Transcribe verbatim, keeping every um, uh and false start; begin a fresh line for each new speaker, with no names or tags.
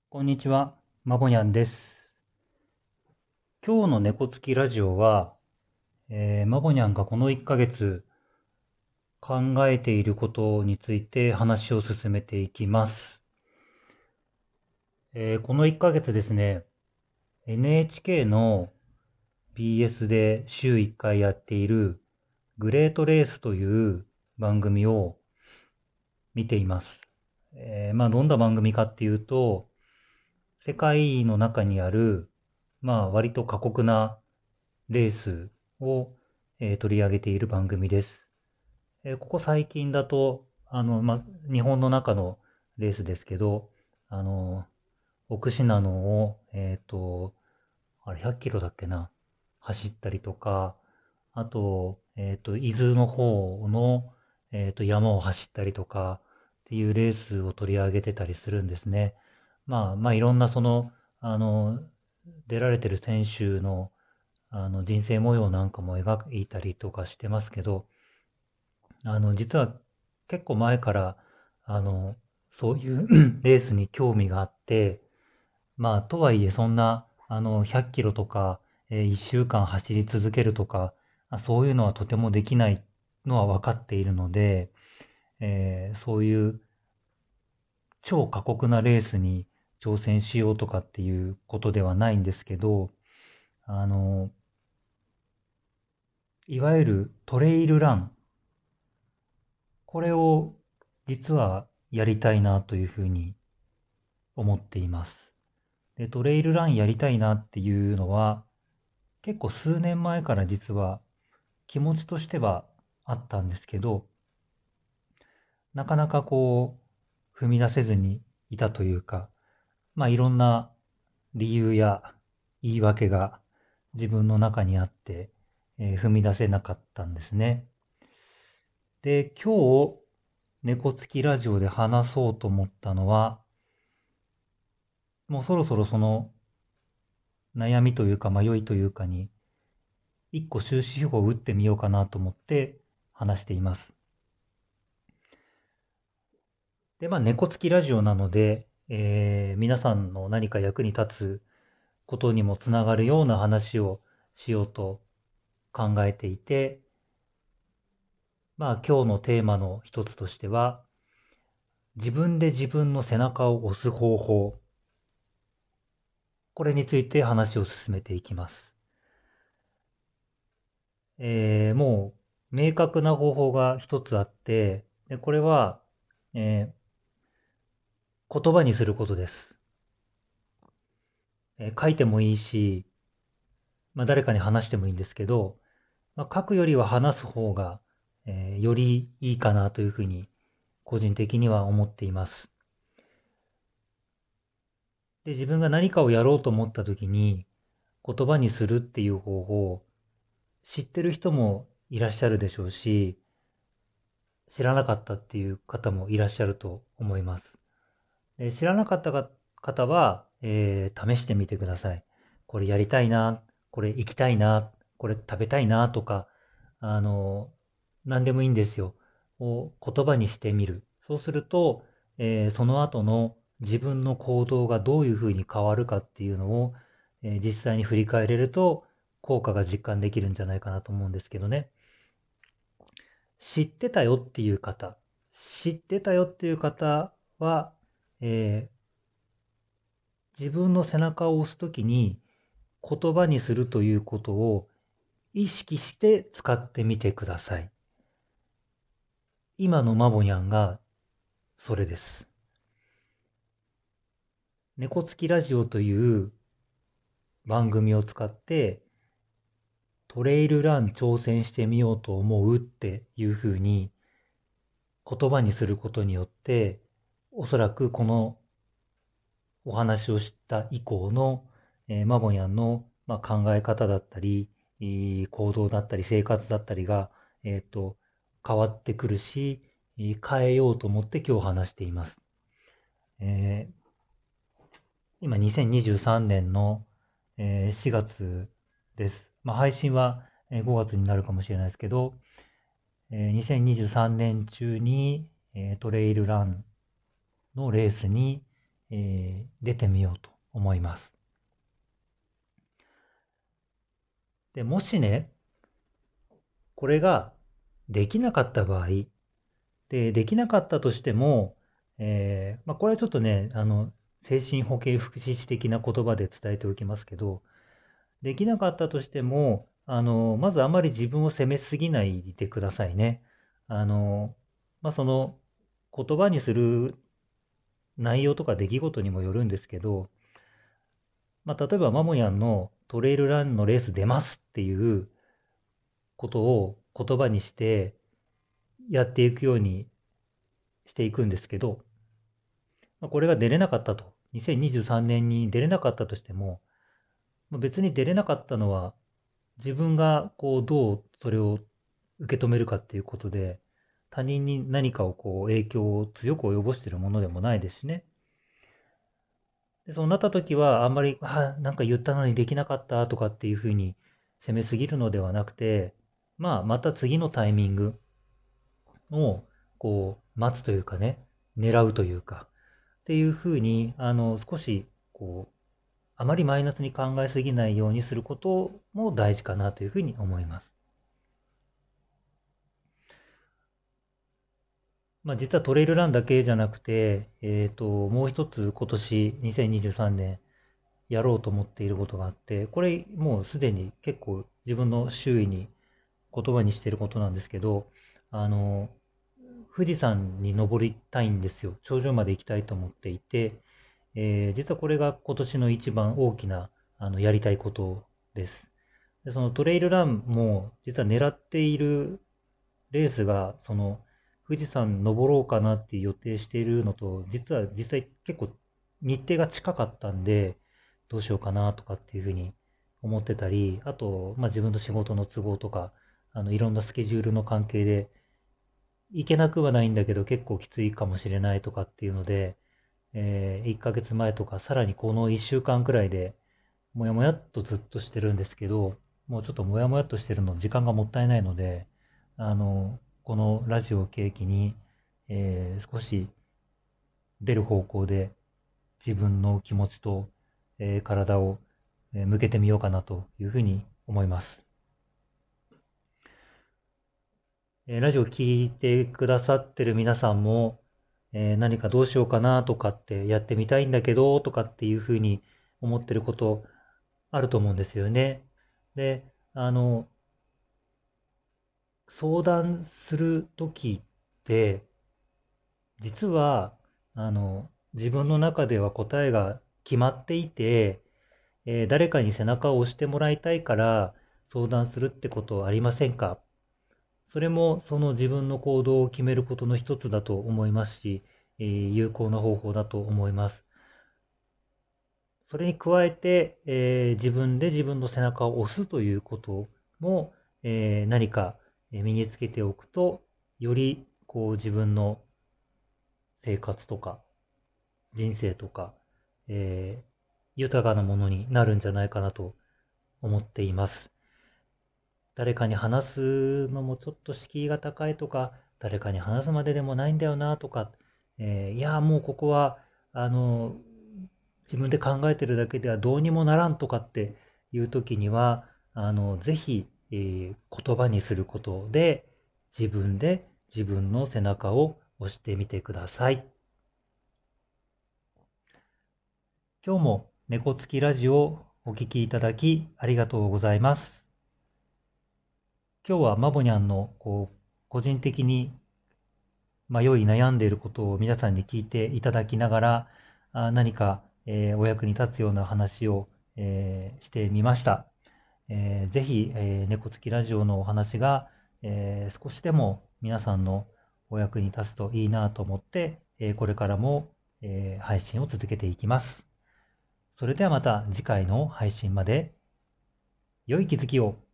こんにちは、まぼにゃんです。今日の猫つきラジオは、えー、まぼにゃんがこのいっかげつ考えていることについて話を進めていきます。えーこのいっかげつですね、エヌエイチケー の ビーエス で週いっかいやっているグレートレースという番組を見ています。えーまあ、どんな番組かっていうと、世界の中にある、まあ、割と過酷なレースを、えー取り上げている番組です。えーここ最近だと、あの、ま、日本の中のレースですけど、あの、奥信濃を、えっと、あれひゃっキロだっけな、走ったりとか、あと、えっと、伊豆の方の、えっと、山を走ったりとかっていうレースを取り上げてたりするんですね。まあ、まあ、いろんなその、あの、出られてる選手のあの人生模様なんかも描いたりとかしてますけど、あの実は結構前からあのそういうレースに興味があって、まあとはいえそんなあのひゃっキロとか、えー、いっしゅうかん走り続けるとか、あそういうのはとてもできないのは分かっているので、えーそういう超過酷なレースに挑戦しようとかっていうことではないんですけど、あのいわゆるトレイルラン、これを実はやりたいなというふうに思っています。で、トレイルランやりたいなっていうのは結構数年前から実は気持ちとしてはあったんですけど、なかなかこう踏み出せずにいたというか、まあいろんな理由や言い訳が自分の中にあって、えー踏み出せなかったんですね。で、今日猫つきラジオで話そうと思ったのは、もうそろそろその悩みというか迷いというかに、一個終止符を打ってみようかなと思って話しています。で、まあ、猫つきラジオなので、えー皆さんの何か役に立つことにもつながるような話をしようと考えていて、まあ、今日のテーマの一つとしては、自分で自分の背中を押す方法、これについて話を進めていきます。えーもう明確な方法が一つあって、でこれは、えー言葉にすることです。えー書いてもいいし、まあ、誰かに話してもいいんですけど、まあ、書くよりは話す方が、えーよりいいかなというふうに個人的には思っています。で、自分が何かをやろうと思った時に言葉にするっていう方法、知ってる人もいらっしゃるでしょうし、知らなかったっていう方もいらっしゃると思います。で知らなかった方は、えー試してみてください。これやりたいな、これ行きたいな、これ食べたいなとか、あの、何でもいいんですよ。を言葉にしてみる。そうすると、えーその後の自分の行動がどういうふうに変わるかっていうのを、えー実際に振り返れると効果が実感できるんじゃないかなと思うんですけどね。知ってたよっていう方、知ってたよっていう方は、えー自分の背中を押すときに言葉にするということを意識して使ってみてください。今のマボニャンがそれです。猫つきラジオという番組を使ってトレイルラン挑戦してみようと思うっていうふうに言葉にすることによって、おそらくこのお話をした以降の、えーマボニャンの、まあ、考え方だったり、行動だったり、生活だったりが、えっと、変わってくるし、変えようと思って今日話しています。えー今、にせんにじゅうさんねんの、えーしがつです。まあ、配信はごがつになるかもしれないですけど、えーにせんにじゅうさんねん中に、えートレイルランのレースに、 えー出てみようと思います。で、もしね、これができなかった場合、で、できなかったとしても、えーまあ、これはちょっとね、あの、精神保健福祉士的な言葉で伝えておきますけど、できなかったとしても、あの、まずあまり自分を責めすぎないでくださいね。あの、まあ、その、言葉にする内容とか出来事にもよるんですけど、まあ、例えばマモヤンのトレイルランのレース出ますっていうことを言葉にしてやっていくようにしていくんですけど、まあ、これが出れなかったと、にせんにじゅうさんねんに出れなかったとしても、まあ、別に出れなかったのは自分がこうどうそれを受け止めるかっていうことで、他人に何かをこう影響を強く及ぼしているものでもないですしね。で、そうなった時は、あんまり、あ、なんか言ったのにできなかったとかっていうふうに責めすぎるのではなくて、まあ、また次のタイミングを、こう、待つというかね、狙うというか、っていうふうに、あの、少し、こう、あまりマイナスに考えすぎないようにすることも大事かなというふうに思います。まあ、実はトレイルランだけじゃなくて、えっと、もう一つ今年にせんにじゅうさんねんやろうと思っていることがあって、これもうすでに結構自分の周囲に言葉にしていることなんですけど、あの、富士山に登りたいんですよ。頂上まで行きたいと思っていて、えー実はこれが今年の一番大きなあのやりたいことです。で、そのトレイルランも実は狙っているレースが、その富士山登ろうかなって予定しているのと、実は実際結構日程が近かったんで、どうしようかなとかっていうふうに思ってたり、あと、まあ、自分の仕事の都合とか、あのいろんなスケジュールの関係で行けなくはないんだけど結構きついかもしれないとかっていうので、えー、いっかげつまえとかさらにこのいっしゅうかんくらいでもやもやっとずっとしてるんですけど、もうちょっともやもやっとしてるの時間がもったいないので、あの、このラジオを契機に、えー少し出る方向で自分の気持ちと、えー体をえー向けてみようかなというふうに思います。えーラジオを聞いてくださってる皆さんも、えー何かどうしようかなとかってやってみたいんだけどとかっていうふうに思ってることあると思うんですよね。で、あの、相談するときって、実は、あの、自分の中では答えが決まっていて、えー誰かに背中を押してもらいたいから相談するってことありませんか？それもその自分の行動を決めることの一つだと思いますし、えー有効な方法だと思います。それに加えて、えー自分で自分の背中を押すということも、えー何かえー身につけておくと、よりこう自分の生活とか人生とか、えー豊かなものになるんじゃないかなと思っています。誰かに話すのもちょっと敷居が高いとか、誰かに話すまででもないんだよなとか、えーいや、もうここは、あの、自分で考えてるだけではどうにもならんとかっていう時には、あの、ぜひ、えー言葉にすることで、自分で自分の背中を押してみてください。今日も猫つきラジオをお聞きいただきありがとうございます。今日はマボニャンのこう個人的に迷い悩んでいることを皆さんに聞いていただきながら、あ何か、えーお役に立つような話を、えーしてみました。えーぜひ、えー猫つきラジオのお話が、えー少しでも皆さんのお役に立つといいなと思って、えーこれからも、えー配信を続けていきます。それではまた次回の配信まで良い気づきを。